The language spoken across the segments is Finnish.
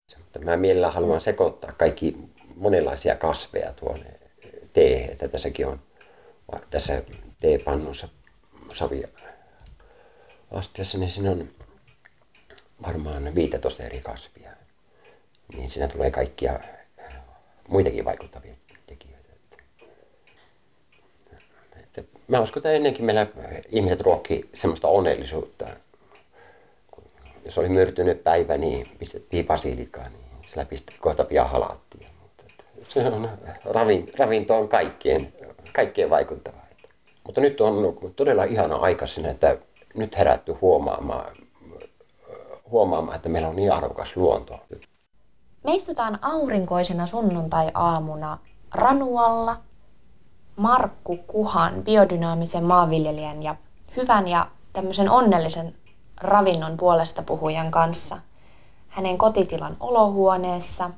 Mutta mä mielellään haluan sekoittaa kaikki monenlaisia kasveja tuonne teehen, että tässäkin on tässä teepannussa saviastiassa, niin siinä on varmaan 15 eri kasvia. Niin siinä tulee kaikkia muitakin vaikuttavia tekijöitä. Että mä uskon, että ennenkin meillä ihmiset ruokki semmoista onnellisuutta. Jos oli myrtynyt päivä, niin pistettiin basilikaa, niin sillä pistettiin kohta pian halattiin. Mutta se on, ravinto on kaikkeen vaikuttavaa. Mutta nyt on todella ihana aika sinne, että nyt herätty huomaamaan, että meillä on niin arvokas luonto. Me istutaan aurinkoisena sunnuntai-aamuna Ranualla Markku Kuhan, biodynaamisen maanviljelijän ja hyvän ja tämmöisen onnellisen ravinnon puolesta puhujan kanssa hänen kotitilan olohuoneessa.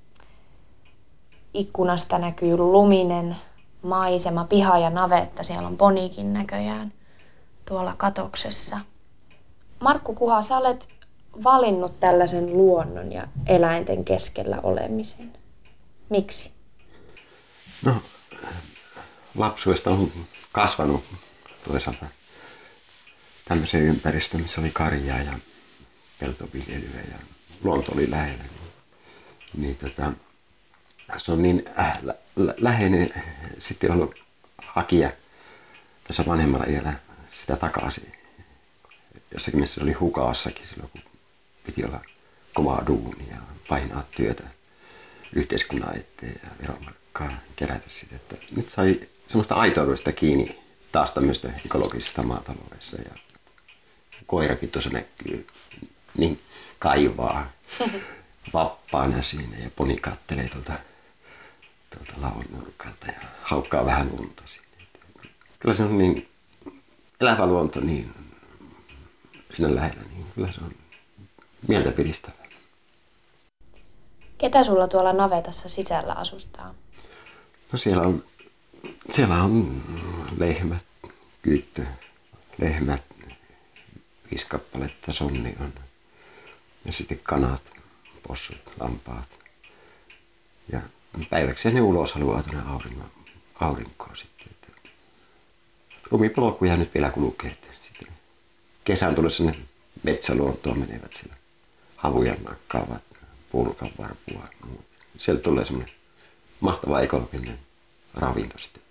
Ikkunasta näkyy luminen maisema, piha ja navetta. Siellä on ponikin näköjään tuolla katoksessa. Markku Kuha, sä olet valinnut tällaisen luonnon ja eläinten keskellä olemisen. Miksi? No, lapsuudesta on kasvanut toisaalta tämmöiseen ympäristöön, missä oli karjaa ja peltoviljelyä ja luonto oli lähellä. Se on niin läheinen sitten ollut hakija tässä vanhemmalla iällä sitä takaisin. Jossakin missä oli hukaassakin silloin, kun piti olla kovaa duunia ja painaa työtä yhteiskunnan eteen ja veromarkkaa kerätä sitä. Että nyt sai semmoista aitoudesta kiinni taas tämmöistä ekologisesta maataloudessa. Ja koirakin tuossa näkyy, niin kaivaa vappaana siinä ja poni kattelee tuolta lavon nurkalta ja haukkaa vähän lunta siinä. Kyllä se on niin elävä luonto niin siinä lähellä, niin kyllä se on mieltä piristävää. Ketä sulla tuolla navetassa sisällä asustaa? No siellä on lehmät, kyyttö, lehmät, 5 kappaletta, sonni on. Ja sitten kanat, possut, lampaat. Ja päiväksi ne ulos haluaa tuonne aurinkoon sitten. Lumipolkuja nyt vielä kulkee. Sitten kesän tullessa ne metsäluontoon menevät siellä. Havuja nakkaavat, pulkan varpua ja muut. Sieltä tulee semmoinen mahtava ekologinen ravinto sitten.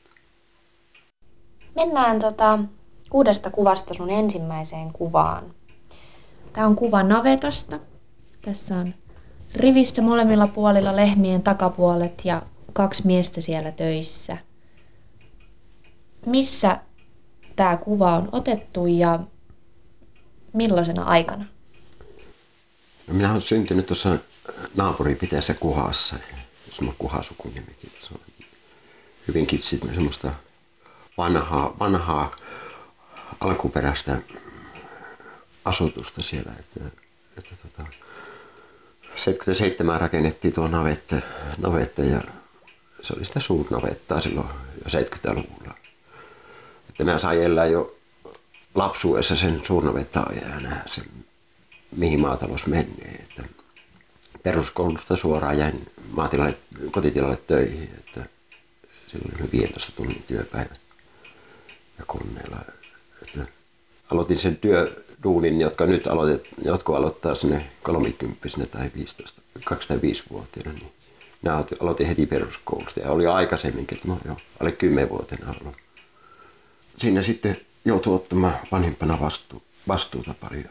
Mennään 6 kuvasta sun ensimmäiseen kuvaan. Tämä on kuva navetasta. Tässä on rivissä molemmilla puolilla lehmien takapuolet ja 2 miestä siellä töissä. Missä tämä kuva on otettu ja millaisena aikana? No, minä olen syntynyt tuossa naapuripitäjässä Kuhassa, jos on Kuha-sukunimikin. Se on hyvinkin semmoista vanhaa alkuperäistä asutusta siellä. Että 77 rakennettiin tuo navetta ja se oli sitä suurnavettaa silloin jo 70-luvulla. Että minä sain elää jo lapsuudessa sen suurnavettaa ja nähdä sen, mihin maatalous menee. Että peruskoulusta suoraan jäin kotitilalle töihin. Että silloin oli 15 tunnin työpäivät ja koneella. Että aloitin sen työduunin, jotkut aloittaa sinne 30 tai 15, 25-vuotiaana. Niin minä aloitin heti peruskoulusta ja oli aikaisemminkin, että jo alle 10-vuotiaana ollut. Siinä sitten joutui ottamaan vanhempana vastuuta paljon.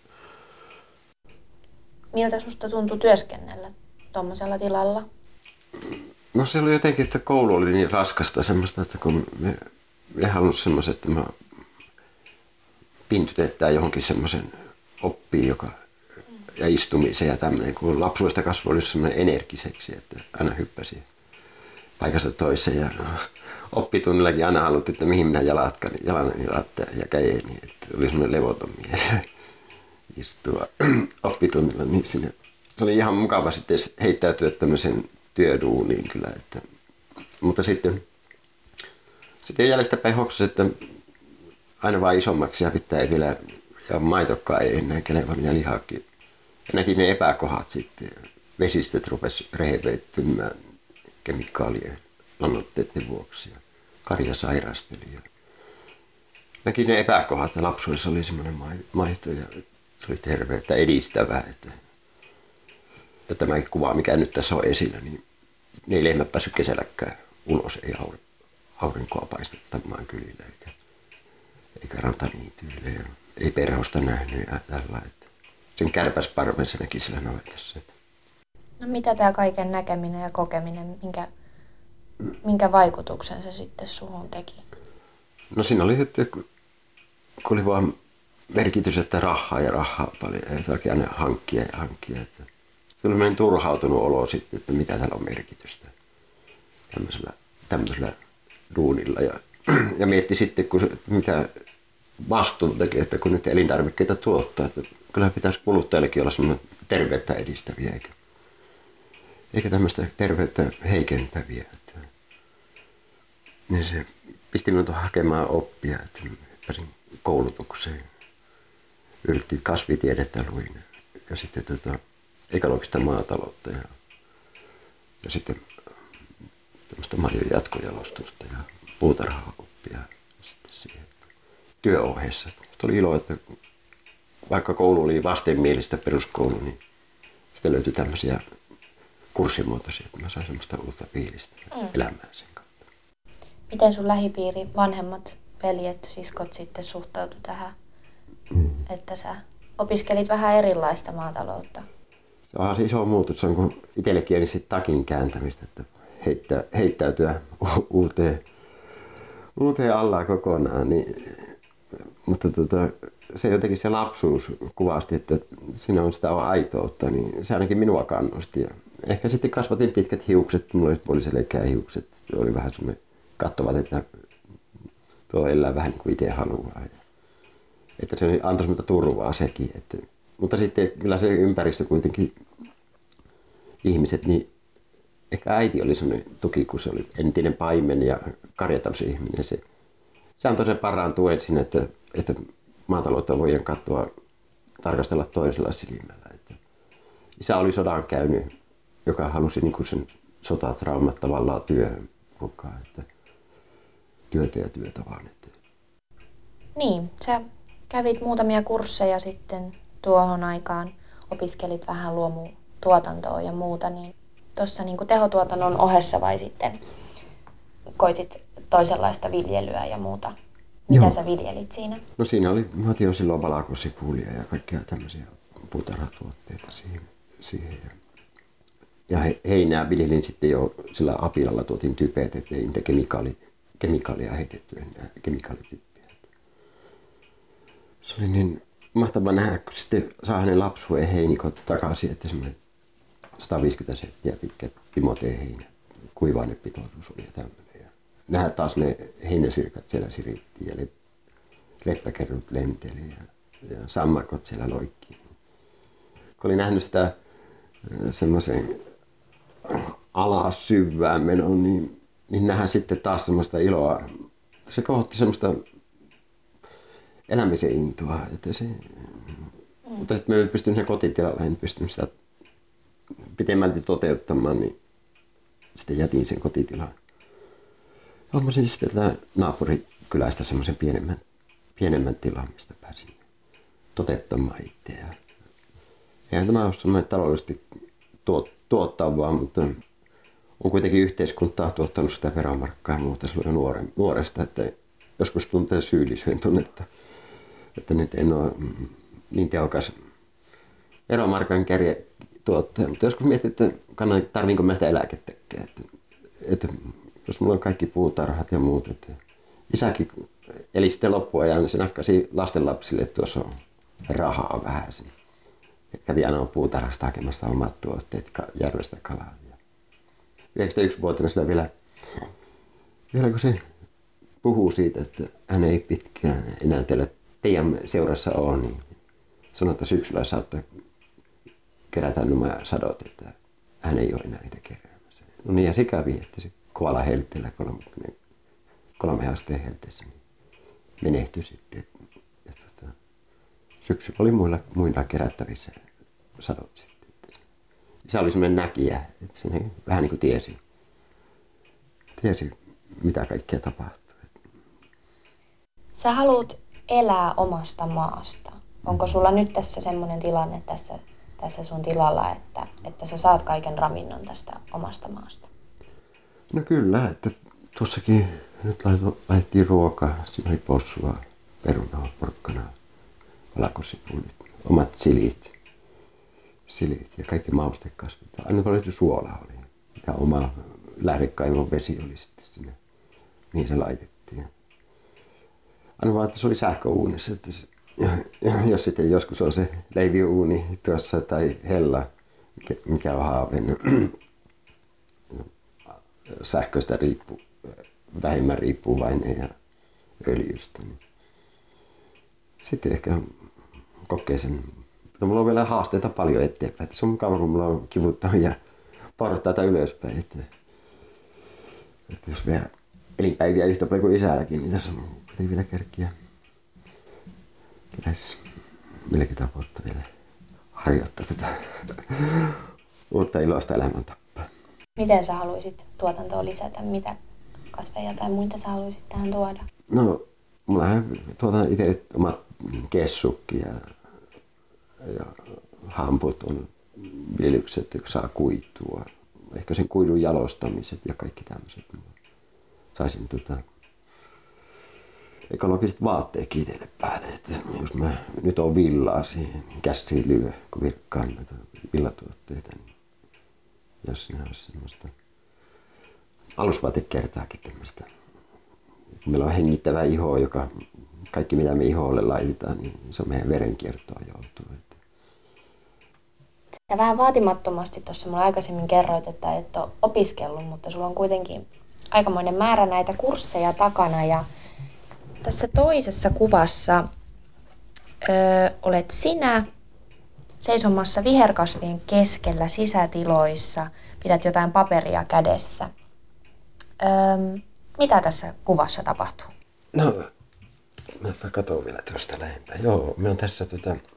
Miltä susta tuntui työskennellä tuommoisella tilalla? No se oli jotenkin, että koulu oli niin raskasta semmoista, että kun me halusimme semmoisen, että me pintytetään johonkin semmoisen oppiin, ja istumiseen ja tämmöinen, kun lapsuudesta kasvoi oli semmoinen energiseksi, että aina hyppäsi paikasta toiseen ja oppitunnillakin aina haluttiin, että mihin minä jalat ja kädeni, että oli semmoinen levoton mieli istua oppitunnilla niin sinne. Se oli ihan mukava sitten heittäytyä tämmöisen työduuniin kyllä, mutta sitten jäljestäpäin hoksasi, että aina vaan isommaksi ja pitää ei vielä, ja maitokkaan ei enää kelevannut ja lihaakin Ja näki ne epäkohdat sitten. Vesistöt rupesi rehevöittymään kemikaalien lannoitteiden vuoksi. Ja karja sairasteli. Ja näki ne epäkohdat ja lapsuudessa oli semmoinen maito ja se oli terveyttä edistävää. Ja tämäkin kuva, mikä nyt tässä on esillä, niin ne ei lehmät päässyt kesälläkään ulos, ei aurinkoa paistuttamaan kylillä eikä rantaniityille. Ja ei perhosta nähnyt ja tällä. Sen kärpäsparven se näki sillä navetassa. No mitä tämä kaiken näkeminen ja kokeminen, minkä vaikutuksen se sitten suhun teki? No siinä oli, että kun oli vaan merkitys, että rahaa paljon, ei oikein aina hankkia. Että se oli meidän turhautunut olo sitten, että mitä täällä on merkitystä tämmöisellä duunilla. Ja mietti sitten, mitä vastuun tekee, että kun nyt elintarvikkeita tuottaa, että kyllä pitäisi kuluttajallekin olla semmoinen terveyttä edistäviä, eikä tämmöistä terveyttä heikentäviä. Niin se pisti minut hakemaan oppia, että pääsin koulutukseen. Yritin kasvitiedettä luin ja sitten ekologista maataloutta ja sitten tämmöistä marjon jatkojalostusta ja puutarhaoppia sitten siihen työohjeessa. Tuli ilo, että vaikka koulu oli vastenmielistä peruskoulu, niin sitten löytyi tämmöisiä kurssimuotoisia, että mä sain semmoista uutta fiilistä elämää sen kautta. Miten sun lähipiiri, vanhemmat veljet, siskot sitten suhtautu tähän, että sä opiskelit vähän erilaista maataloutta? Se onhan se iso muutos, se on kun itsellekin eli sit takin kääntämistä, että heittäytyä uuteen allaan kokonaan. Niin, mutta se jotenkin se lapsuus kuvasti, että siinä on sitä aitoutta, niin se ainakin minua kannusti. Ja ehkä sitten kasvatin pitkät hiukset, mulla oli puoliselkää hiukset, oli vähän semmoinen kattovat, että tuo elää vähän niin kuin itse haluaa. Että se antoi semmoista turvaa sekin. Mutta sitten kyllä se ympäristö kuitenkin, ihmiset, niin ehkä äiti oli semmoinen tuki, kun se oli entinen paimen ja karjatalousihminen. Se antoi sen parhaan tuen siinä, että maataloutta voidaan tarkastella toisella silmällä. Isä oli sodan käynyt, joka halusi niin kuin sen sotatraumat tavallaan työhön mukaan. Työtä vaan. Niin, sä kävit muutamia kursseja sitten tuohon aikaan, opiskelit vähän luomutuotantoa ja muuta, niin tuossa niin tehotuotannon ohessa vai sitten koitit toisenlaista viljelyä ja muuta? Mitä sä viljelit siinä? No siinä oli, mä otin jo silloin valakosipulia ja kaikkia tämmöisiä puutarhatuotteita siihen. Ja heinää viljelin sitten jo sillä apilalla, tuotin typeet, ettei niitä kemikaalia heitetty enää, kemikaalityppiä. Se oli niin mahtavaa nähdä, kun sitten saa hänen lapsuuden heinikot takaisin, että semmoinen 150 senttiä pitkät Timoteen heinä, kuivainepitoisuus oli ja tämmöinen. Ja nähdä taas ne heinäsirkat siellä sirittiin ja leppäkerrut lenteli ja sammakot siellä loikkiin. Kun oli nähnyt sitä semmoisen alas syvään menoon, niin nähdään sitten taas semmoista iloa. Se kohotti semmoista elämisen intoa. Mutta sitten me pystyn sen kotitilalla, en pystynyt sitä pitemmälti toteuttamaan, niin sitten jätin sen kotitilan. Hommasin sitten tätä naapurikylästä semmoisen pienemmän tilan, mistä pääsin toteuttamaan itseään. Eihän tämä ole semmoinen taloudellisesti tuottavaa, mutta on kuitenkin yhteiskuntaa tuottanut sitä veromarkkaa ja muuta silloin nuoresta, että joskus tuntee syyllisyyden tunnetta, että nyt en ole niin tehokas veromarkan tuottaja. Mutta joskus mietin, että tarviinko mä sitä eläkettäkään. Että jos mulla on kaikki puutarhat ja muut, että isäkin eli sitten loppuajan, niin se nakkasi lastenlapsille, että tuossa on rahaa vähän. Kävi aina puutarhasta hakemasta omat tuotteet järvestä kalaa. 91-vuotiaana sillä vielä kun se puhuu siitä, että hän ei pitkään enää teidän seurassa ole, niin sanoi, että syksyllä saattaa kerätä nämä sadot, että hän ei ole enää niitä keräämässä. No niin, ja se kävi, että se kovalla helteellä, 3 asteen helteessä, niin menehtyi sitten. Syksyllä oli muilla kerättävissä sadot sitten. Isä oli semmoinen näkijä, että se vähän niin kuin tiesi, mitä kaikkea tapahtuu. Sä haluat elää omasta maasta. Onko sulla nyt tässä semmoinen tilanne tässä sun tilalla, että sä saat kaiken ravinnon tästä omasta maasta? No kyllä, että tuossakin nyt laitettiin ruokaa. Siinä oli possua, perunaa, porkkanaa, valkosipulit, omat silit ja kaikki maustekasvit. Aina paljon suolaa oli. Ja oma lähdekaivon vesi oli sitten siinä, mihin se laitettiin. Aina vaan, että se oli sähköuunissa. Että jos sitten joskus on se leiviuuni tuossa tai hella, mikä on haaveen, sähköstä vähemmän riippuvainen ja öljystä. Niin sitten ehkä kokee sen. Mutta mulla on vielä haasteita paljon eteenpäin. Se on mukava, kun mulla on kivuttanut ja portaita ylöspäin. Että jos vielä elinpäiviä yhtä paljon kuin isälläkin, niin tässä on kuitenkin vielä kerkkiä. Lähes 40 vuotta vielä harjoittaa tätä uutta iloista elämäntapaa. Miten sä haluaisit tuotantoa lisätä? Mitä kasveja tai muita sä haluaisit tähän tuoda? No, mullahan tuotan itse omat kessukki ja hamput on viljelykset, jotka saa kuitua. Ehkä sen kuidun jalostamiset ja kaikki tämmöiset. Saisin ekologiset vaatteet itselle päälle. Että jos mä nyt on villaa siihen, käsiin lyö, kun virkkaan näitä villatuotteita. Niin jos siinä olisi semmoista alusvaatekertaakin tämmöistä. Meillä on hengittävä iho, joka kaikki mitä me iholle laitetaan, niin se on meidän verenkiertoon joutuu. Sä vähän vaatimattomasti tuossa mulle aikaisemmin kerroit, että et ole opiskellut, mutta sulla on kuitenkin aikamoinen määrä näitä kursseja takana. Ja tässä toisessa kuvassa olet sinä seisomassa viherkasvien keskellä sisätiloissa, pidät jotain paperia kädessä. Mitä tässä kuvassa tapahtuu? No, mä katson vielä tuosta lähempää. Joo, me on tässä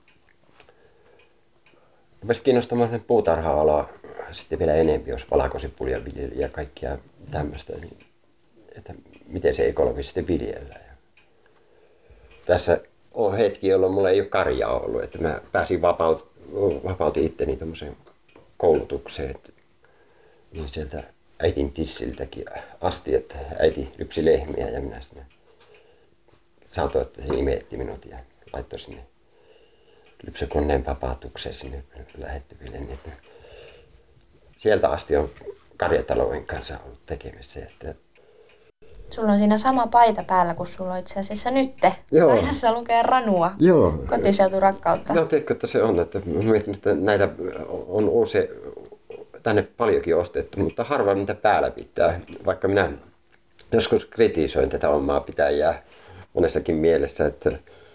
rupesi kiinnostamaan puutarha-alaa sitten vielä enemmän, jos valkosipulia viljeli ja kaikkia tämmöistä, niin, että miten se ekologisesti viljellään. Tässä on hetki, jolloin mulla ei ole karjaa ollut, että mä pääsin vapautin itteni tämmöiseen koulutukseen, että niin sieltä äitin tissiltäkin asti, että äiti lypsi lehmiä ja minä sinne saatoin, että se imeetti minut ja laittoi sinne lypsykoneen papatukseen sinne lähettyville. Niin sieltä asti on karjatalouden kanssa ollut tekemisissä. Että sulla on siinä sama paita päällä kuin sulla on itse asiassa nytte. Joo. Paidassa lukee Ranua. Joo. Kotiseuturakkautta. No teikö, että se on, että mä mietin, että näitä on uusi, tänne paljonkin ostettu, mutta harva niitä päällä pitää. Vaikka minä joskus kritisoin tätä omaa pitäjää monessakin mielessä, että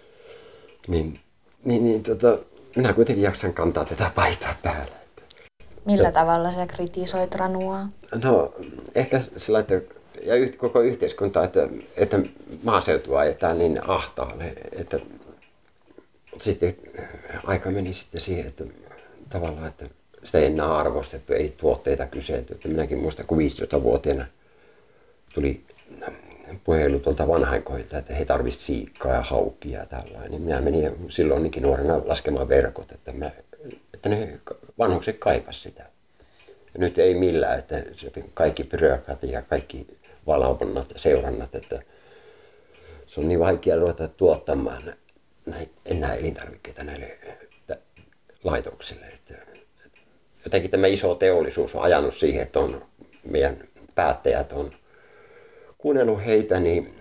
minä kuitenkin jaksan kantaa tätä paitaa päällä. Millä tavalla sä kritisoit Ranua? No ehkä sillä, että ja koko yhteiskunta, että maaseutua ajetaan niin ahtaalle, että sitten aika meni sitten siihen, että tavallaan, että sitä ei enää arvostettu, ei tuotteita kyselty. Että minäkin muistan, kun 15-vuotiaana tuli puhelu tuolta vanhainkoilta, että he tarvitsisivat siikkaa ja haukia ja tällainen. Niin minä menin silloinkin nuorena laskemaan verkot, että ne vanhukset kaipasivat sitä. Ja nyt ei millään, että kaikki byrokratia ja kaikki valvonnat ja seurannat, että se on niin vaikea ruveta tuottamaan enää elintarvikkeita näille laitoksille. Että jotenkin tämä iso teollisuus on ajanut siihen, että meidän päättäjät on kuunnellut heitä,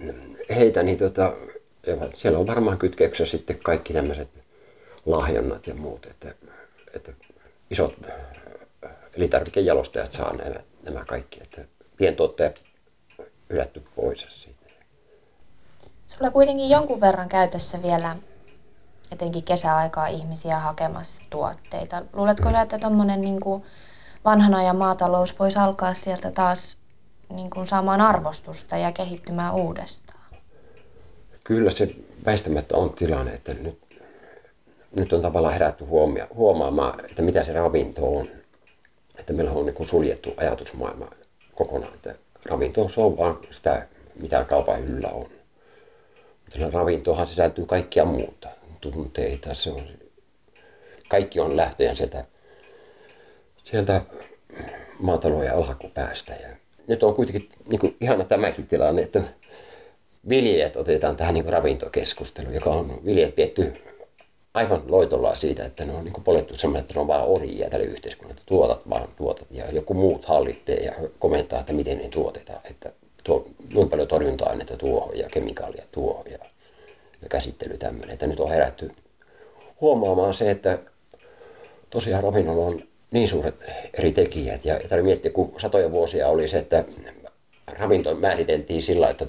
siellä on varmaan kytkeksessä sitten kaikki tämmöiset lahjonnat ja muut, että isot elintarvikejalostajat saa nämä kaikki, että pientuottajat hylätty pois siitä. Sulla kuitenkin jonkun verran käytössä vielä etenkin kesäaikaa ihmisiä hakemassa tuotteita. Luuletko sä, että tommonen niinku vanhan ajan maatalous voisi alkaa sieltä taas niinku saamaan arvostusta ja kehittymään uudestaan? Kyllä se väistämättä on tilanne, että nyt nyt on tavallaan herätty huomaamaan, että mitä se ravinto on. Että meillä on niin suljettu ajatusmaailma kokonaan, että ravinto se on vaan sitä, mitä kaupan hyllyllä on. Mutta ravintohan sisältyy kaikkia muuta, tunteita, se on, kaikki on lähtöjään sieltä maatalouden alkupäästä. Ja nyt on kuitenkin niin kuin ihana tämäkin tilanne, että viljelijät otetaan tähän niin kuin ravintokeskusteluun, joka on viljelijät vietty aivan loitollaa siitä, että ne on niin kuin polettu semmoinen, että ne on vaan orjia tälle yhteiskunnalle, että tuotat ja joku muut hallitsee ja komentaa, että miten ne tuotetaan, että noin paljon torjunta-aineita tuohon ja kemikaalia tuohon ja käsittely tämmöinen, että nyt on herätty huomaamaan se, että tosiaan ravinnolla on niin suuret eri tekijät ja tarvitsee miettiä, kun satoja vuosia oli se, että ravinto määriteltiin sillä, että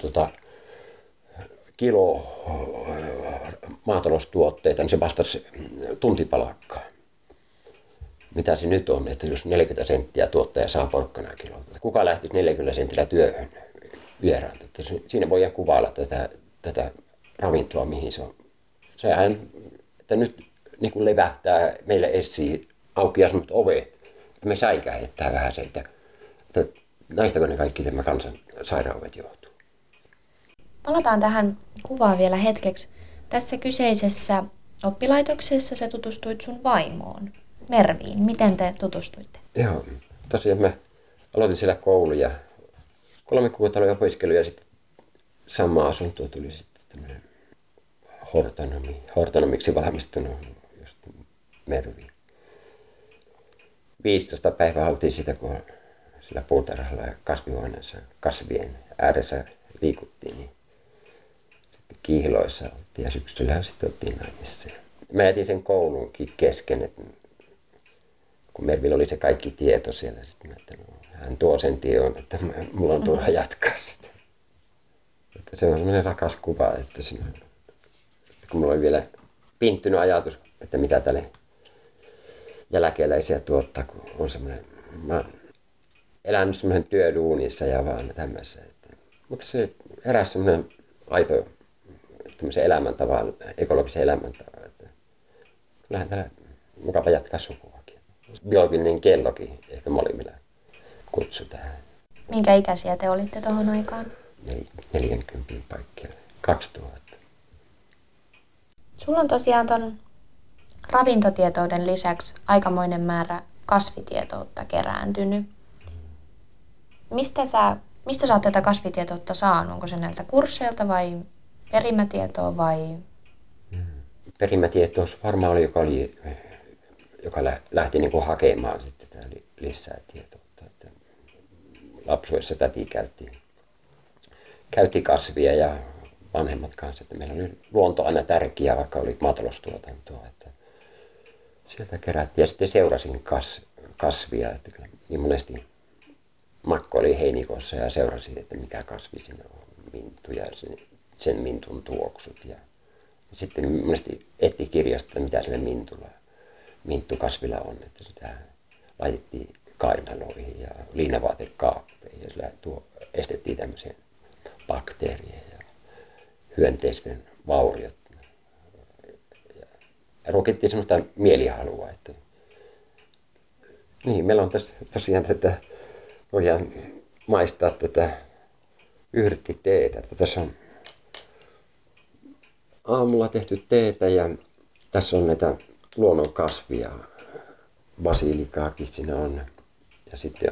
kilo maataloustuotteita, niin se vastasi tuntipalkkaa. Mitä se nyt on, että jos 40 senttiä tuottaja saa porkkana kilolta. Kuka lähtisi 40 sentillä työhön vieraan? Siinä voidaan kuvailla tätä ravintoa, mihin se on. Sehän, että nyt niin kuin levähtää meille esiin auki asummat ovet, että me säikähettää vähän se, että näistäkö ne kaikki tämä kansan sairaudet johtuu. Palataan tähän kuvaan vielä hetkeksi. Tässä kyseisessä oppilaitoksessa sä tutustuit sun vaimoon, Merviin. Miten te tutustuitte? Joo, tosiaan mä aloitin siellä koulu ja 3 kuukautta oli opiskelu ja sitten samaan asuntoon tuli sitten tämmöinen hortonomiksi valmistunut just Mervi. 15 päivää oltiin sitä, kun sillä puutarhalla ja kasvihuoneessa kasvien ääressä liikuttiin, niin sitten kiihloissa oltiin ja syksyllä sitten oltiin naimissa. Mä jätin sen koulunkin kesken, että kun Mervillä oli se kaikki tieto siellä, sitten mä, että hän tuo sen tiedon, että mulla on turha jatkaa sitä. Että se on semmoinen rakas kuva, että kun mulla oli vielä pinttynyt ajatus, että mitä tälle jälkeläisiä tuottaa, kun on semmoinen, mä oon elänyt semmoinen työduunissa ja vaan tämmöisessä. Mutta se heräsi semmoinen aito tämmöisen elämäntavan, ekologisen elämäntavan, että kyllähän täällä mukava jatkaa sukuakin. Biologinen kellokin ehkä molemmilla kutsutaan. Minkä ikäisiä te olitte tohon aikaan? 40 paikkeilla. 2000. Sulla on tosiaan ton ravintotietouden lisäksi aikamoinen määrä kasvitietoutta kerääntynyt. Mistä sä oot tätä kasvitietoutta saanut? Onko se näiltä kursseilta vai perimätietoa vai? Perimätietous varmaan oli, joka lähti niin kuin hakemaan sitten lisää tietoutta. Että lapsuudessa täti käytti kasvia ja vanhemmat kanssa, että meillä oli luonto aina tärkeä, vaikka oli maataloustuotantoa. Että sieltä kerättiin ja sitten seurasin kasvia, että niin monesti Makko oli heinikossa ja seurasi, että mikä kasvi siinä on, mintu ja sen mintun tuoksut. Ja sitten monesti etsi kirjasta, mitä sillä minttukasvilla on, että sitä laitettiin kainaloihin ja liinavaatekaappeihin ja sillä estettiin tämmöisiä bakteereja ja hyönteisten vauriot. Ja ruokittiin semmoista mielihalua, että niin, meillä on tässä tosiaan tätä, voidaan maistaa tätä yrttiteetä. Tässä on aamulla tehty teetä ja tässä on näitä luonnonkasvia. Basilikaakin siinä on ja sitten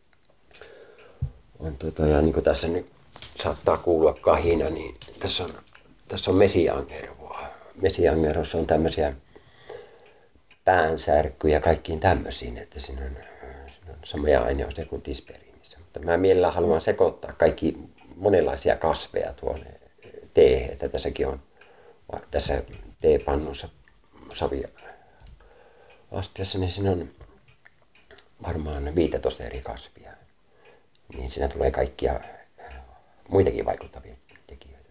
ja niin kuin tässä nyt saattaa kuulua kahina, niin tässä on mesiangervoa. Mesiangervossa on tämmöisiä päänsärkyjä ja kaikkiin tämmöisiin, että siinä on samoja aineosia kuin disperiinissä. Mutta mä mielellään haluan sekoittaa kaikki monenlaisia kasveja tuonne teehen, että tässäkin on tässä teepannussa savia astiassa, niin siinä on varmaan 15 eri kasvia. Niin siinä tulee kaikkia muitakin vaikuttavia tekijöitä.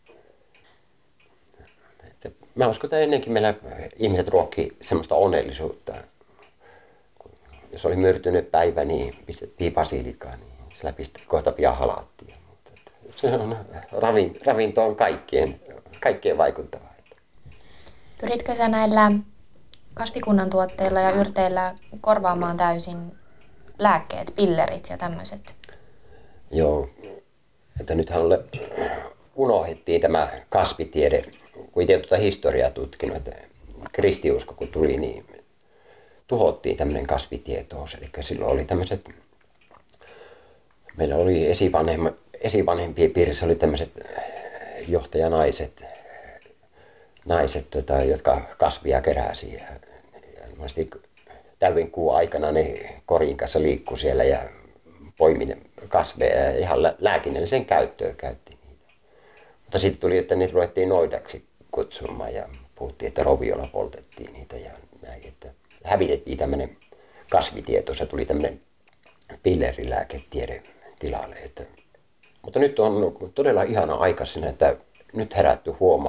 Että mä uskon, että ennenkin meillä ihmiset ruokki semmoista onnellisuutta. Jos oli myrtynyt päivä, niin pistettiin basilikaa, niin sillä pistettiin kohta pian halaattia. Mutta se on, ravinto on kaikkeen vaikuttavaa. Pyritkö sä näillä kasvikunnan tuotteilla ja yrteillä korvaamaan täysin lääkkeet, pillerit ja tämmöiset? Joo, että nythän unohdettiin tämä kasvitiede, kun itse tuota historiaa tutkinut, että kristiusko kun tuli, niin tuhottiin tämmöinen kasvitietous. Eli silloin oli tämmöiset, meillä oli esivanhempien piirissä oli tämmöiset johtajanaiset, jotka kasvia keräsi. Ja täyden kuun aikana ne korin kanssa liikkui siellä ja poimi kasveja ja ihan lääkinnälliseen käyttöön käytti niitä. Mutta sitten tuli, että niitä ruvettiin noidaksi kutsumaan ja puhuttiin, että roviolla poltettiin niitä ja näin. Että hävitettiin tämmöinen kasvitieto, se tuli tämmöinen pillerilääketiede tilalle. Mutta nyt on todella ihana aika siinä, että nyt herätty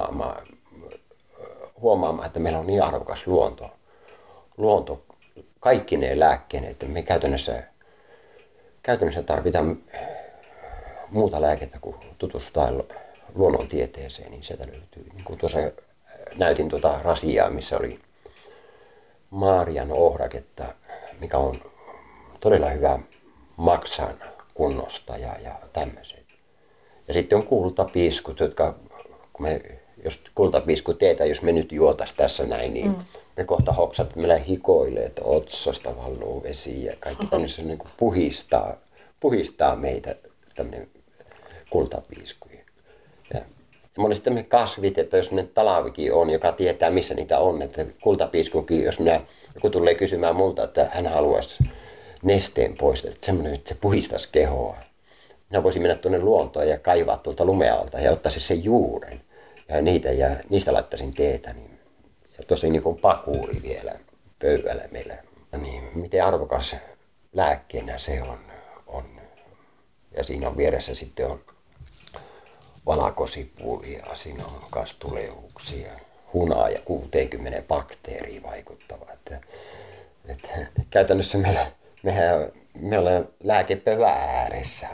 huomaamaan, että meillä on niin arvokas luonto kaikki ne lääkkeen, että me käytännössä tarvitaan muuta lääkettä kuin tutustua luonnontieteeseen, niin sieltä löytyy. Niin kuin tuossa näytin tuota rasiaa, missä oli Maarian ohraketta, mikä on todella hyvä maksan kunnosta ja tämmöiset. Ja sitten on kultapiiskut, jotka, jos kultapiiskut teetä, jos me nyt juotais tässä näin, niin me kohta hoksat, että meillä hikoilee, että otsasta valluu vesi ja kaikki tämmöinen niin kuin puhistaa meitä tämmöinen kultapiisku. Ja monesti tämmöiset kasvit, että jos ne talavikin on, joka tietää missä niitä on, että kultapiiskunkin, jos joku tulee kysymään multa, että hän haluaisi nesteen pois, että semmoinen, että se puhistaisi kehoa. Minä voisin mennä tuonne luontoon ja kaivaa tuolta lumealta ja ottaisin sen juuren ja niistä laittaisin teetä. Niin. Ja tosi niin kuin pakuuri vielä pöydällä meillä. Niin, miten arvokas lääkkeenä se on. Ja siinä on vieressä sitten on valakosipulia, siinä on myös tuleuksia, hunaa ja 60 bakteeriin vaikuttava. Että käytännössä me ollaan lääkepöydän ääressä.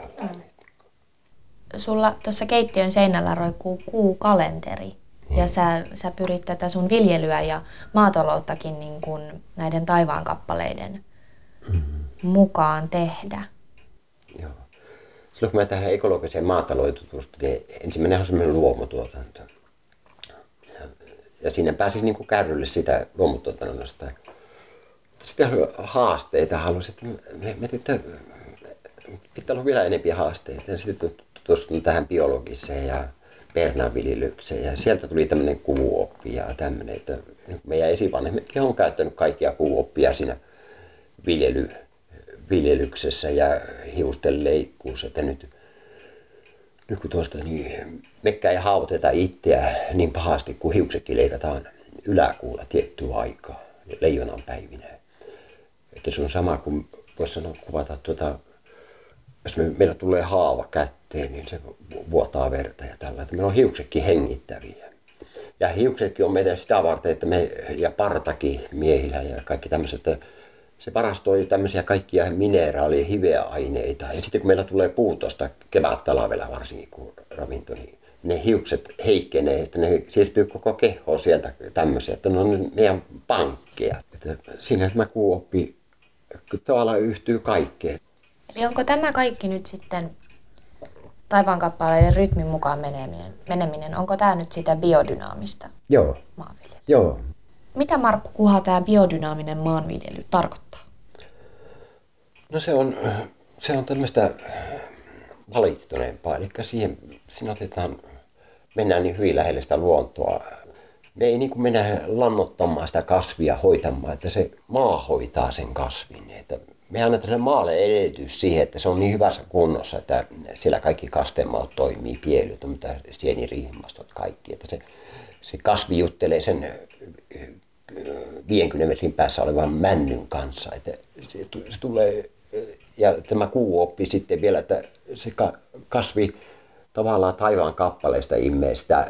Sulla tuossa keittiön seinällä roikkuu kuukalenteri. Ja sä pyrit tätä sun viljelyä ja maatalouttakin niin kuin näiden taivaankappaleiden mukaan tehdä. Joo. Silloin kun mä tähän ekologiseen maatalouteen tutustuin, niin ensimmäinen on semmoinen luomutuotanto. Ja siinä pääsisi niin kuin kärrylle sitä luomutuotannosta. Sitten haasteita halusin, että pitää olla vielä enemmän haasteita. Ja sitten tutustuin tähän biologiseen ja pernaanviljelykseen ja sieltä tuli tämmöinen kuvuoppi ja tämmöinen, että meidän esivanhemmatkin on käyttänyt kaikkia kuvuoppia siinä viljelyksessä ja hiusten leikkuussa, että nyt kun tuosta niin mekään ei haavoiteta itseä niin pahasti, kun hiuksetkin leikataan yläkuulla tiettyä aikaa leijonan päivinä. Että se on sama kuin voisi sanoa kuvata jos meillä tulee haava kätteen, niin se vuotaa verta ja tällä. Meillä on hiuksetkin hengittäviä. Ja hiuksetkin on meidän sitä varten, että ja partakin miehillä ja kaikki tämmöiset, että se varastoi tämmöisiä kaikkia mineraaleja, hiveaineita. Ja sitten kun meillä tulee puutosta kevät-talvella varsinkin kuin ravinto, niin ne hiukset heikkenee, että ne siirtyy koko kehoon sieltä tämmöisiä, että ne on meidän pankkeja. Että siinä tämä kuuoppi tavallaan yhtyy kaikkeen. Eli onko tämä kaikki nyt sitten taivaankappaleiden rytmin mukaan meneminen, onko tämä nyt sitä biodynaamista maanviljelyä? Joo. Mitä Markku Kuha tämä biodynaaminen maanviljely tarkoittaa? No se on tämmöistä valittuneempaa, eli siinä mennään niin hyvin lähelle sitä luontoa. Me ei niin kuin mennä lannoittamaan sitä kasvia hoitamaan, että se maa hoitaa sen kasvin. Että me annetaan maalle edellytys siihen, että se on niin hyvässä kunnossa, että siellä kaikki kastemaat toimii, pielyt, mitä sienirihmastot, kaikki. Että se kasvi juttelee sen 50 metrin päässä olevan männyn kanssa. Että se tulee, ja tämä kuuoppi sitten vielä, että se kasvi tavallaan taivaan kappaleista imee sitä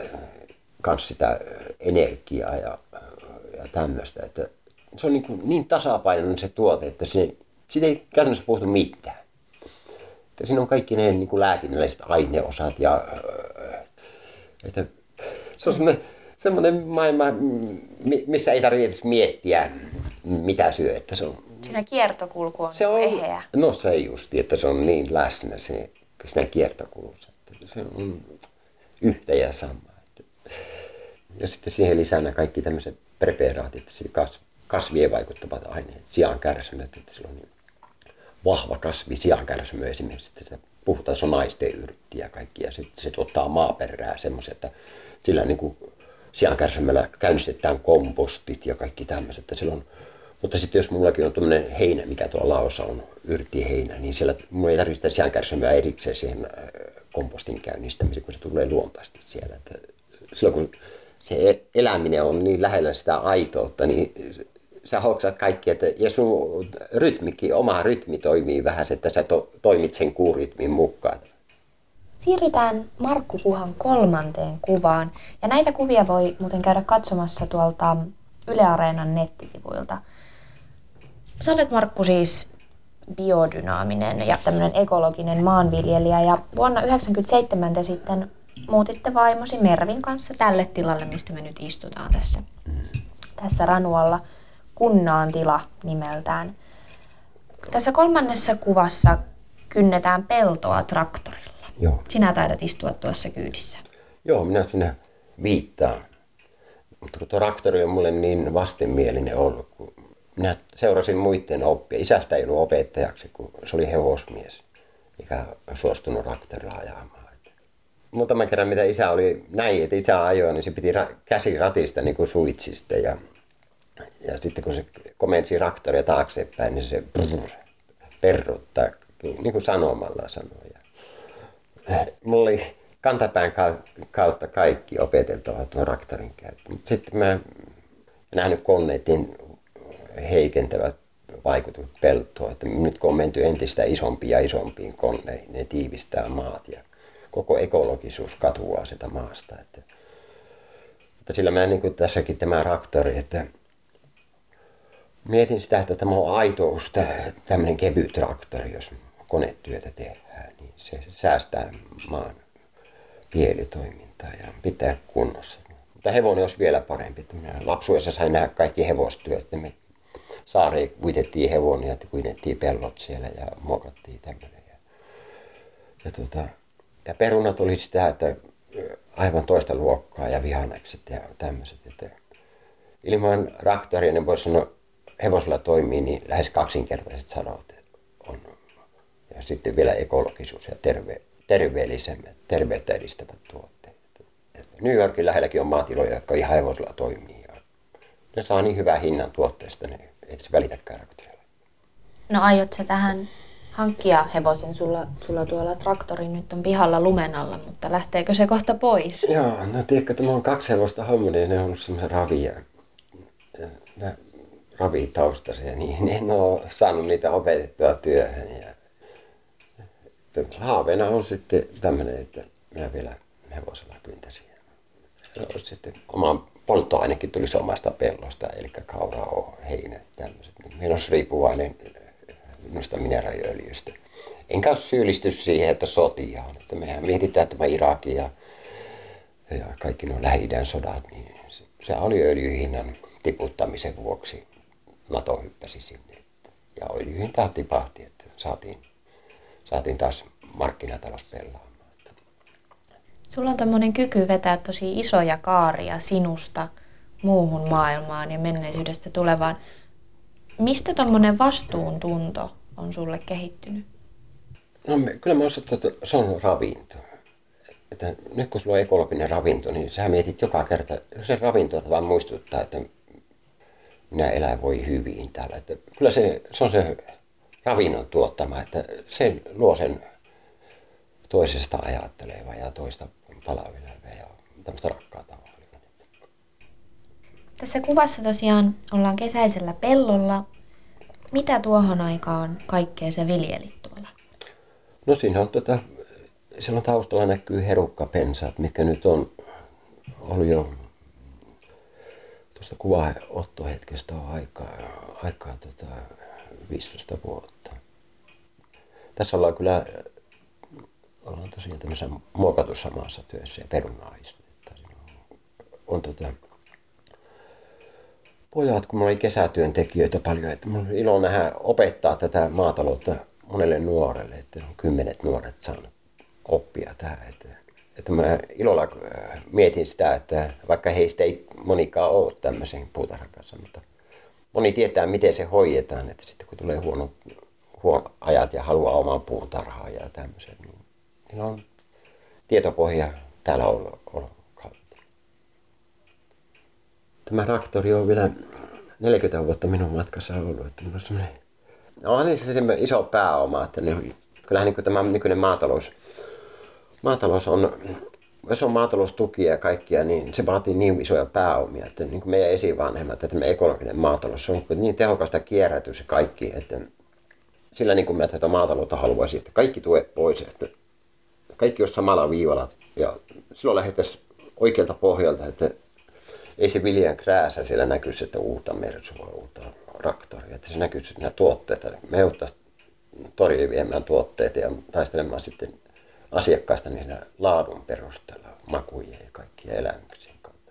energiaa ja tämmöistä. Että se on niin tasapainoinen se tuote, että siitä ei käytännössä puhuta mitään. Että siinä on kaikki ne niin kuin lääkinnälliset aineosat ja että se semmoinen maailma, missä ei tarvitse miettiä, mitä syö. Että se on, Siinä kiertokulku on, se on eheä. No se justi, että se on niin läsnä siinä kiertokulussa. Että se on yhtä ja sama. Ja sitten siihen lisänä kaikki tämmöiset preparaatit, kasvien vaikuttavat aineet, siankärsämöt, että sillä on niin vahva kasvi, siankärsämö esimerkiksi, että sitä puhutaan, se on naisten yrtti ja kaikki, ja sitten se tuottaa maaperää semmoisia, että sillä niin kuin siankärsämöllä käynnistetään kompostit ja kaikki tämmöiset, että silloin, mutta sitten jos mullakin on tuommoinen heinä, mikä tuolla laossa on, yrttiheinä, niin siellä mulla ei tarvitse sitä siankärsämöä erikseen siihen kompostin käynnistämiseen, kun se tulee luontaisesti siellä, että silloin kun se eläminen on niin lähellä sitä aitoutta, niin sä hoksat kaikki, että ja sun rytmikin, oma rytmi toimii vähän, että sä toimit sen kuurytmin mukaan. Siirrytään Markku Kuhan 3. kuvaan. Ja näitä kuvia voi muuten käydä katsomassa tuolta Yle Areenan nettisivuilta. Sä olet, Markku, siis biodynaaminen ja tämmöinen ekologinen maanviljelijä. Ja vuonna 1997 te sitten muutitte vaimosi Mervin kanssa tälle tilalle, mistä me nyt istutaan tässä Ranualla. Kunnaan tila nimeltään. Tässä 3. kuvassa kynnetään peltoa traktorilla. Joo. Sinä taidat istua tuossa kyydissä. Joo, minä sinä viittaan. Mutta kun tuo traktori on mulle niin vastenmielinen ollut, kun minä seurasin muiden oppia. Isästä ei ollut opettajaksi, kun se oli hevosmies, eikä suostunut traktorilla ajamaan. Muutaman kerran, mitä isä oli näin, että isä ajoi, niin se piti käsi ratista niin kuin suitsista. Ja sitten kun se komensi traktoria taaksepäin, niin se perruttaa, niin kuin sanomalla sanoi. Mulla oli kantapään kautta kaikki opeteltava tuon traktorin käyttö. Mutta sitten mä nähnyt koneiden heikentävät vaikutukset peltoon. Että nyt kun on menty entistä isompiin ja isompiin koneihin, ne tiivistää maat ja koko ekologisuus katuaa sitä maasta. Että sillä mä niin kuin tässäkin tämä traktori, että mietin sitä, että tämä on aitous, tämmöinen kevyt traktori, jos konetyötä tehdään, niin se säästää maan kielitoimintaa ja pitää kunnossa. Mutta hevonen olisi vielä parempi. Minä lapsuudessa sain nähdä kaikki hevostyöt. Me saareen kuitettiin hevonia ja kuitettiin pellot siellä ja muokattiin tämmöinen. Ja perunat oli sitä, että aivan toista luokkaa ja vihannekset ja tämmöiset. Että ilman traktoria, niin voisi sanoa, hevosella toimii niin lähes kaksinkertaiset sadot on. Ja sitten vielä ekologisuus ja terveellisemmät, terveyttä edistävät tuotteet. New Yorkin lähelläkin on maatiloja, jotka ihan hevosella toimii. Ja ne saa niin hyvän hinnan tuotteesta, ne ei se välitäkään traktorilla. No aiot sä tähän hankkia hevosen? Sulla tuolla traktori nyt on pihalla lumen alla, mutta lähteekö se kohta pois? Joo, no tiedätkö, että mulla on 2 hevosta hommia, niin ne on ollut semmoisen ravitaustaisia, niin en ole saanut niitä opetettua työhön. Haaveena on sitten tämmöinen, että minä vielä hevosella kyntäisin. Olisi sitten oma polttoainekin tulisi omasta pellosta, eli kauraa, heinä, tämmöiset. Meillä olisi riippuvainen noista mineraaliöljyistä. Enkä ole syyllistys siihen, että sotia on. Että mehän mietitään tämä Irakin ja kaikki nuo Lähi-idän sodat, niin se oli öljyhinnan tiputtamisen vuoksi. NATO hyppäsi sinne ja öljyhinta tipahti, että saatiin taas markkinatalous pelaamaan. Sulla on tämmöinen kyky vetää tosi isoja kaaria sinusta muuhun maailmaan ja menneisyydestä tulevaan. Mistä tommonen vastuuntunto on sulle kehittynyt? No kyllä mä osaan, että se on ravinto. Että nyt kun sulla on ekologinen ravinto, niin sä mietit joka kerta, se ravinto vaan muistuttaa, että minä elän voi hyvin täällä. Että kyllä se on se ravinnon tuottama, että se luo sen toisesta ajatteleva ja toista palveleva ja tämmöistä rakkaata olla. Tässä kuvassa tosiaan ollaan kesäisellä pellolla. Mitä tuohon aikaan kaikkea sä viljelit tuolla? No siinä on silloin taustalla näkyy herukkapensaat, mitkä nyt on ollut jo tuosta kuvaottohetkestä on aikaa 15 vuotta. Tässä ollaan kyllä tosiaan tämmöisessä muokatussa maassa työssä ja perunaa istutetaan. pojat, kun mulla oli kesätyöntekijöitä paljon, että mulla oli ilo nähdä opettaa tätä maataloutta monelle nuorelle, että on 10 nuoret saanut oppia tähän. Että mä ilolla mietin sitä, että vaikka heistä ei monikaan ole tämmöisen puutarhan kanssa, mutta moni tietää, miten se hoidetaan, että sitten kun tulee huonot ajat ja haluaa omaa puutarhaa ja tämmöisen, niin niillä on tietopohja täällä ollut kautta. Tämä traktori on vielä 40 vuotta minun matkassa ollut, että minulla on semmoinen, onhan se semmoinen iso pääoma, että kyllähän niin kuin tämä nykyinen maatalous on, jos on maataloustukia ja kaikkia, niin se vaatii niin isoja pääomia, että niin kuin meidän esivanhemmat, että me ekologinen maatalous, se on niin tehokasta kierrätys ja kaikki, että sillä niin kuin mä tätä maataloutta haluaisin, että kaikki tuet pois, että kaikki olisi samalla viivalla ja silloin lähdettäisiin oikealta pohjalta, että ei se viljan krääsä siellä näkyisi, että uutta mersua, uutta traktoria, että se näkyisi nämä tuotteet. Me jouduttaisiin toriin viemään tuotteet ja taistelemaan sitten asiakkaista niillä laadun perusteella, makujen ja kaikkien elämyksien kautta.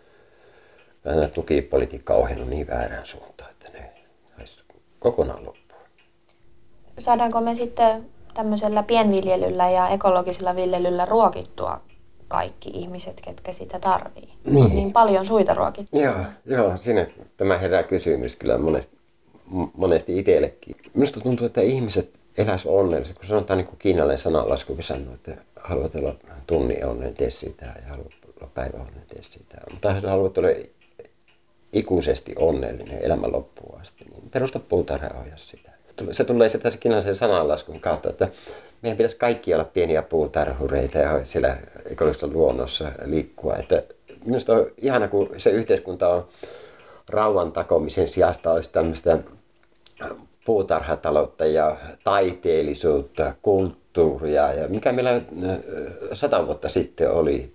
Tämä tukipolitiikka on ohjannut niin väärään suuntaan, että ne saisi kokonaan loppua. Saadaanko me sitten tämmöisellä pienviljelyllä ja ekologisella viljelyllä ruokittua kaikki ihmiset, ketkä sitä tarvii? Niin paljon suita ruokittua. Joo, siinä tämä herää kysymys kyllä monesti itsellekin. Minusta tuntuu, että ihmiset eläisivät onnellisesti, kun sanotaan niin kuin kiinalainen sananlasku, kun sanoo, että haluat olla tunnin onnellinen, tee sitä, ja haluat olla päivän onnellinen, tee sitä. Mutta jos haluat olla ikuisesti onnellinen elämän loppuun asti, niin perusta puutarha ja ohjaa sitä. Se tulee se tässä kiinalaisen sananlaskun kautta, että meidän pitäisi kaikki olla pieniä puutarhureita ja siellä ekologisessa luonnossa liikkua. Että minusta on ihana, kun se yhteiskunta on rauhan takomisen sijasta olisi tämmöistä puutarhataloutta ja taiteellisuutta, kulttuuria ja mikä meillä 100 vuotta sitten oli,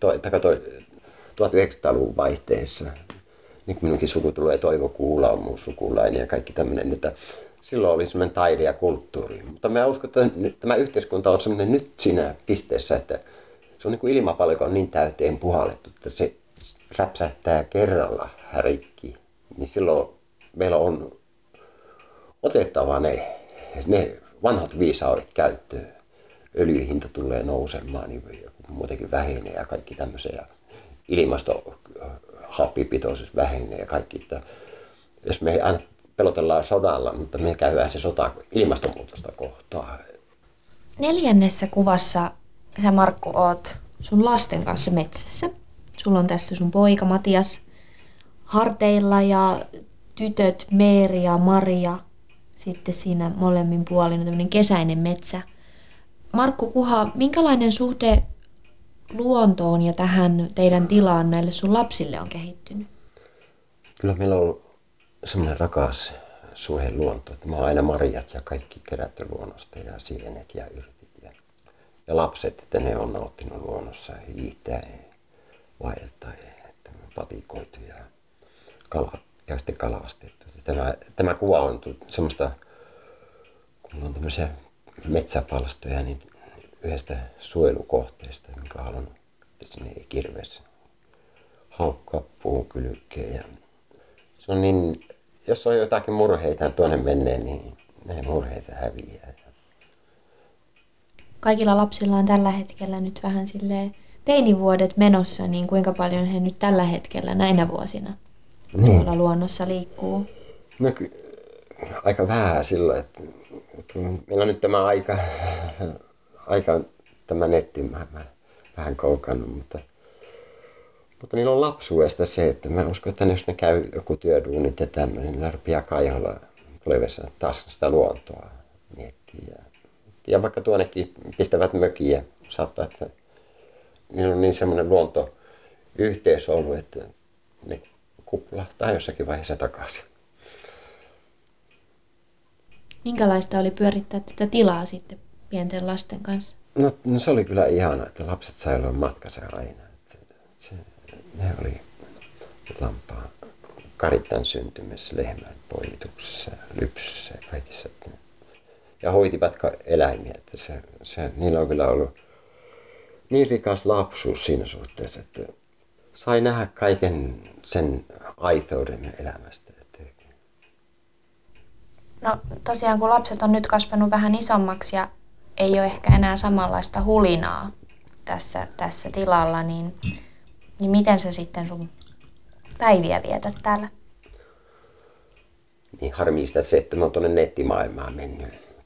1900-luvun vaihteessa, niin kuin minunkin suku tulee Toivo Kuula on mun sukulainen ja kaikki tämmöinen, että silloin oli semmoinen taide ja kulttuuri. Mutta mä uskon, että tämä yhteiskunta on semmoinen nyt siinä pisteessä, että se on niin kuin ilmapallo, joka on niin täyteen puhallettu, että se räpsähtää kerralla rikki. Niin silloin meillä on otettava ne vanhat viisaudet käyttöön. Öljyhinta tulee nousemaan, niin muutenkin vähenee ja kaikki tämmöisiä. Ja ilmastohappipitoisuus vähenee ja kaikki. Että jos me aina pelotellaan sodalla, mutta me käydään se sota ilmastonmuutosta kohtaan. 4. kuvassa sä, Markku, oot sun lasten kanssa metsässä. Sulla on tässä sun poika Matias harteilla ja tytöt Meeri ja Maria. Sitten siinä molemmin puolin on tämmöinen kesäinen metsä. Markku Kuha, minkälainen suhde luontoon ja tähän teidän tilaan näille sun lapsille on kehittynyt? Kyllä meillä on ollut semmoinen rakas suhde luonto, että mä oon aina marjat ja kaikki kerätty luonnosta ja sienet ja yrtit ja lapset, että ne on nauttinut luonnossa hiihtää vaeltaa ja patikoitu ja sitten kalastettu. Tämä kuva on semmoista, kun on tämmöisiä metsäpalstoja, niin yhdestä suojelukohteesta, minkä haluan, että sinne ei kirves haukkaa puukylkeen. Ja se on niin, jos on jotakin murheita tuonne menneen, niin ne murheita häviää. Kaikilla lapsilla on tällä hetkellä nyt vähän silleen teinivuodet menossa, niin kuinka paljon he nyt tällä hetkellä näinä vuosina tuolla luonnossa liikkuu? No, aika vähän silloin, että meillä on nyt tämä aika tämä netti vähän koukannut, mutta niillä on lapsuudesta se, että mä uskon, että jos ne käy joku työduunit ja tämmöinen, niin ne rupeaa kaiholla tulevassa taas sitä luontoa miettiä. Ja vaikka tuonnekin pistävät mökiä, saattaa, että niillä on niin semmoinen luontoyhteys ollut, että ne kuplahtaa jossakin vaiheessa takaisin. Minkälaista oli pyörittää tätä tilaa sitten pienten lasten kanssa? No se oli kyllä ihana, että lapset sai olla matkassa aina. Ne oli lampaan karittan syntymässä, lehmän poikituksessa, lypsyssä ja kaikissa. Ja hoitivat eläimiä, että niillä on kyllä ollut niin rikas lapsuus siinä suhteessa, että sai nähdä kaiken sen aitouden elämästä. No tosiaan kun lapset on nyt kasvanut vähän isommaksi ja ei ole ehkä enää samanlaista hulinaa tässä tilalla, niin miten sä sitten sun päiviä vietät täällä? Niin harmillista se, että mä oon tuonne nettimaailmaan mennyt,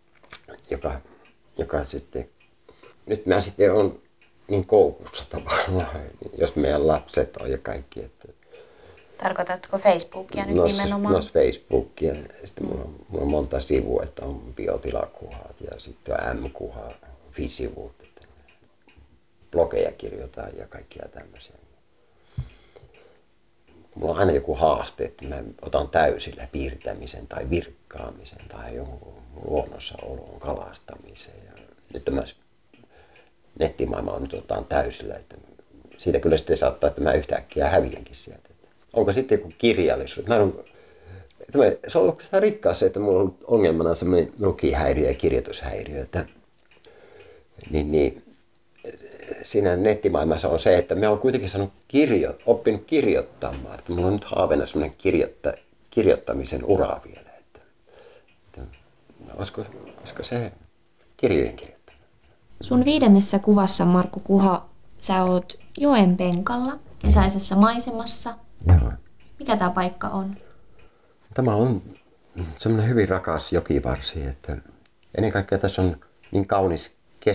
joka sitten, nyt mä sitten on niin koukussa tavallaan, jos meidän lapset on ja kaikki. Että Tarkoitatko Facebookia nyt nimenomaan? No Facebookia. Sitten mulla on monta sivua, että on biotilakuhat ja sitten on M-kuha, Fi-sivut, että blogeja kirjoitan ja kaikkia tämmöisiä. Mulla on aina joku haaste, että mä otan täysillä piirtämisen tai virkkaamisen tai jonkun luonnossa olon kalastamisen. Ja nyt tämä nettimaailma on nyt otetaan täysillä, että siitä kyllä sitten saattaa, että mä yhtäkkiä häviänkin sieltä. Onko sitten joku kirjallisuus? Se on ollut sitä rikkaa se, että mulla on ollut ongelmana semmoinen lukihäiriö ja kirjoitushäiriö. Että, siinä nettimaailmassa on se, että mä oon kuitenkin oppinut kirjoittamaan. Että mulla on nyt haaveena semmoinen kirjoittamisen ura vielä. Että olisiko se kirjojen kirjoittaminen? Sun 5. kuvassa, Markku Kuha, sä oot joen penkalla, kesäisessä maisemassa. Joo. Mikä tää paikka on? Tämä on semmoinen hyvin rakas jokivarsi, että ennen kaikkea tässä on niin kaunis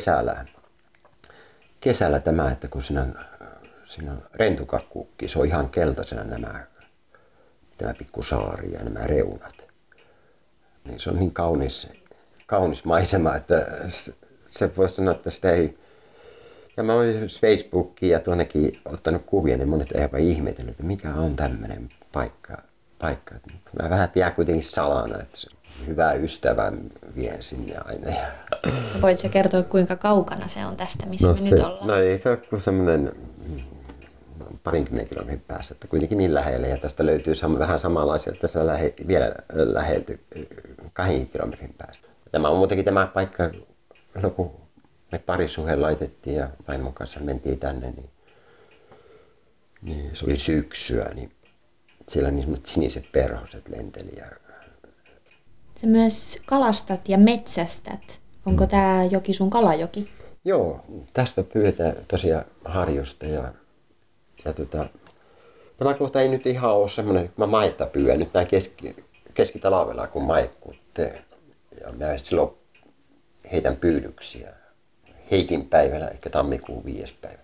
kesällä tämä, että kun siinä on rentukakukki, se on ihan keltaisena tämä pikku saari ja nämä reunat. Niin se on niin kaunis maisema, että se voisi sanoa, että sitä ei. Ja mä olen Facebookiin ja tuonnekin ottanut kuvia, niin monet eivät vaan ihmetellyt, että mikä on tämmöinen paikka. Mä vähän pidän kuitenkin salana, että se hyvä ystävä vien sinne aina. Voit sä kertoa, kuinka kaukana se on tästä, missä me nyt ollaan? No ei se ole kuin semmoinen 20 kilometrin päässä, että kuitenkin niin lähellä. Ja tästä löytyy vähän samanlaisia, että se vielä lähelty 2 kilometrin päästä. Tämä on muutenkin tämä paikka, kun me parisuhde laitettiin ja vaimon kanssa mentiin tänne, niin se oli syksyä, niin siellä niin siniset perhoset lenteli. Sä myös kalastat ja metsästät. Onko tää joki sun kalajoki? Joo, tästä pyydetään tosiaan harjusta ja tämä kohta ei nyt ihan ole semmoinen, että mä maita pyydän nyt näin keskitalvella, kun maikkuutte. Ja mä silloin heitän pyydyksiä. Heikin päivällä, ehkä tammikuun 5. päivä.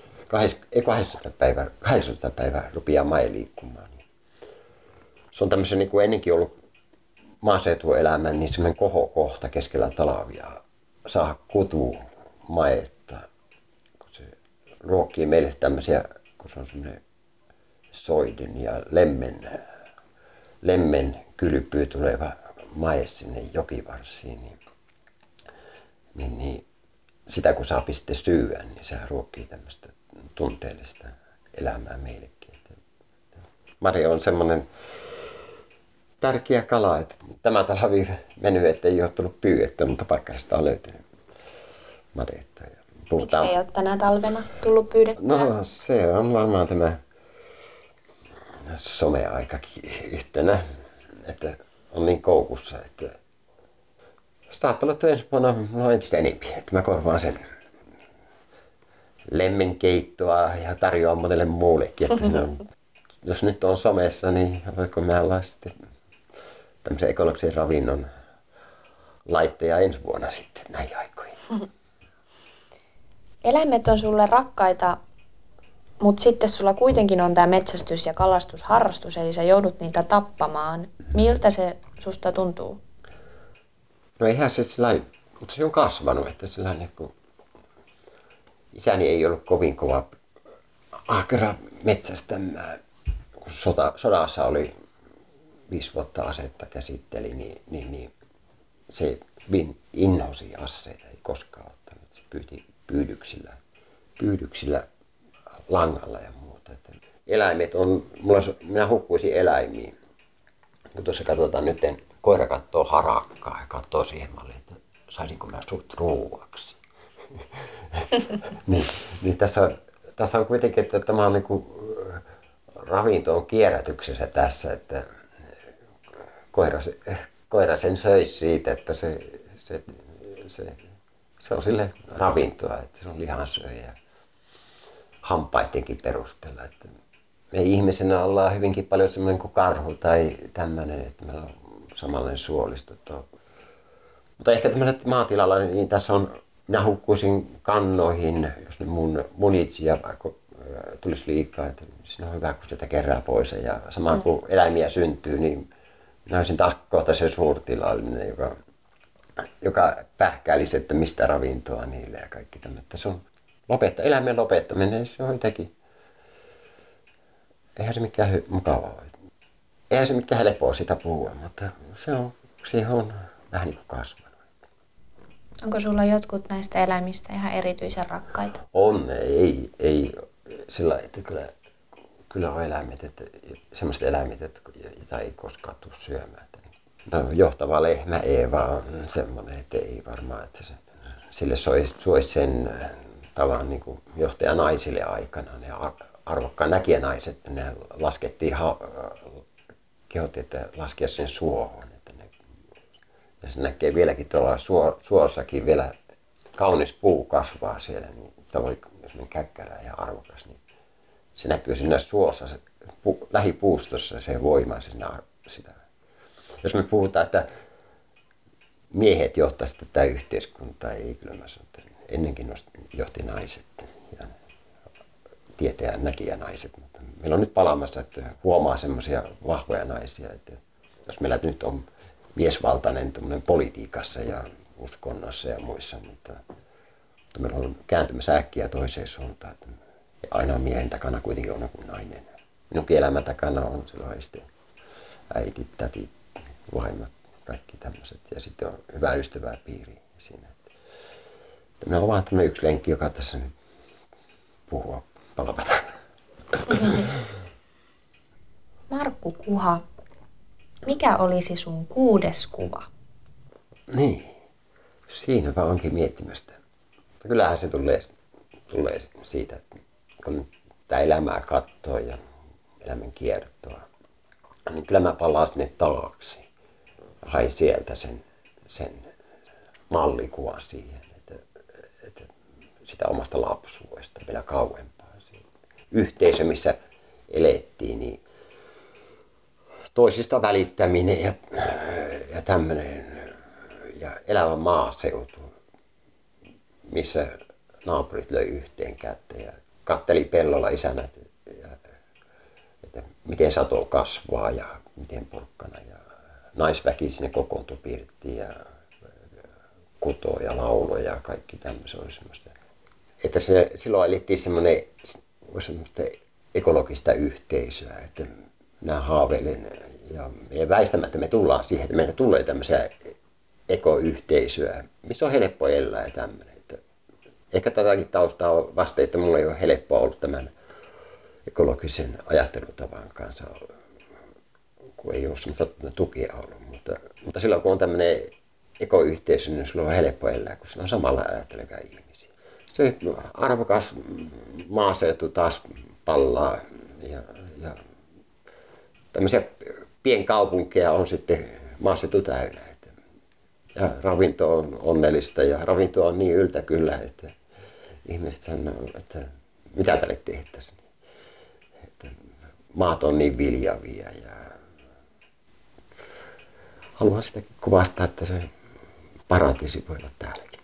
18. päivä rupeaa mai liikkumaan. Se on tämmöisen niin kuin ennenkin ollut maaseutuelämän niin semmoinen kohokohta keskellä talvia. Saada kutua maetta, kun se ruokkii meille tämmöisiä, kun se on semmoinen soidin ja lemmen kylpyy tuleva mae sinne jokivarsiin. Niin sitä kun saa sitten syödä, niin se ruokkii tämmöistä tunteellista elämää meillekin. Mari on semmoinen tärkeä kala, että tämä talvi mennyt, ettei ole tullut pyydettä, mutta pakkasesta on löytynyt madetta. Miksi ei ole tänä talvena tullut pyydettyä? No se on varmaan tämä someaikakin yhtenä, että on niin koukussa, että saattaa olla ensi vuonna entistä enemmän, että mä korvaan sen lemmenkeittoa ja tarjoan monelle muullekin, että siinä on, jos nyt on somessa, niin voiko mä olla sitten tämmöisen ekologisen ravinnon laitteja ensi vuonna sitten näihin aikoihin. Eläimet on sulle rakkaita, mutta sitten sulla kuitenkin on tämä metsästys- ja kalastusharrastus, eli sä joudut niitä tappamaan. Miltä se susta tuntuu? No eihän se sellainen, mutta se on kasvanut, että sellainen, kun isäni ei ollut kovin kova ahkera metsästämään. Kun sodassa oli 5 vuotta asetta käsitteli, niin se inhosi aseita, ei koskaan ottanut. Se pyyti pyydyksillä langalla ja muuta. Että eläimet on, minä hukkuisin eläimiin. Kun tuossa katsotaan nyt, koira katsoo harakkaa ja katsoo siihen malliin, että saisinko mä sut ruuaksi. niin tässä on kuitenkin, että tämä on niin kuin ravinto on kierrätyksessä tässä, että koira sen söisi siitä, että se on sille ravintoa, että se on lihansyöjä hampaittenkin perusteella. Että me ihmisenä ollaan hyvinkin paljon semmoinen kuin karhu tai tämmöinen, että meillä on samanlainen suolisto. Mutta ehkä tämmöinen maatilalla, niin tässä on, minä hukkuisin kannoihin, jos ne mun munit ja tulisi liikaa, että siinä on hyvä, kun sitä kerää pois. Ja samaan kun eläimiä syntyy, niin minä olisin taas kohta se suurtilallinen, joka pähkäilisi, että mistä ravintoa niille ja kaikki tämmöistä. Se on eläimen lopettaminen, se on jotenkin, eihän se mikään mukavaa. Eihän se mikään helppoa sitä puhua, mutta siihen on vähän niin kuin kasvanut. Onko sulla jotkut näistä eläimistä ihan erityisen rakkaita? On, ei sillä että kyllä on eläimet, että sellaiset eläimet, joita ei koskaan tule syömään. No, johtava lehmä Eeva on semmoinen, että ei varmaan, että sille soisi sen tavan niin kuin johtajanaisille aikanaan. Ja arvokkaan näkijänaiset, ne laskettiin, kehotti, että laskea sen suohon. Että ja se näkee vieläkin tuolla suossakin vielä kaunis puu kasvaa siellä, niin sitä voi, jos on käkkärä ja arvokas, niin se näkyy siinä suossa, lähipuustossa se voima sitä. Jos me puhutaan, että miehet johtaisivat tätä yhteiskuntaa, ei kyllä mä sanon, että ennenkin johti naiset ja tietäjän näkijänaiset. Mutta meillä on nyt palaamassa, että huomaa semmoisia vahvoja naisia, että jos meillä nyt on miesvaltainen politiikassa ja uskonnossa ja muissa, mutta meillä on kääntymässä äkkiä toiseen suuntaan. Että aina miehen takana kuitenkin on joku nainen. Minunkin elämän takana on silloin sitten äitit, tätit, vaimot, kaikki tämmöiset. Ja sitten on hyvä ystävää piiri siinä. Tämä on vaan tämmöinen yksi lenkki, joka tässä nyt puhua palapata. Markku Kuha, mikä olisi sun 6. kuva? Niin, siinä vaan onkin miettimästä. Kyllähän se tulee siitä, että kun tämä elämää katsoo ja elämän kiertoa, niin kyllä mä palaan sinne taakse. Hain sieltä sen mallikuvan siihen, että sitä omasta lapsuudesta vielä kauempaa. Yhteisö, missä elettiin, niin toisista välittäminen ja tämmöinen ja elävä maaseutu, missä naapurit löi yhteen kättä ja katteli pellolla isänä, että miten sato kasvaa ja miten porkkana ja naisväki sinne kokoontui pirttiin ja kutoo ja laulo ja kaikki tämmöistä oli semmoista. Että silloin elettiin semmoista ekologista yhteisöä, että minä haaveilen ja väistämättä me tullaan siihen, että meillä tulee tämmöisiä ekoyhteisöä, missä on helppo elää ja tämmöinen. Ehkä tätäkin taustaa on vasta, että mulla ei ole helppoa ollut tämän ekologisen ajattelutavan kanssa, kun ei ole semmoista tukia ollut. Mutta silloin kun on tämmöinen ekoyhteisö, niin sulla on helppo elää, kun sillä on samalla ajattelevia ihmisiä. Se arvokas maaseutu taas pallaa ja tämmöisiä pienkaupunkeja on sitten maaseutu täynnä. Ja ravinto on onnellista ja ravinto on niin yltä kyllä, että ihmiset sanoo, että mitä tälle tehtäisiin. Että maat on niin viljavia ja haluan sitäkin kuvastaa, että se paratiisi voi olla täälläkin.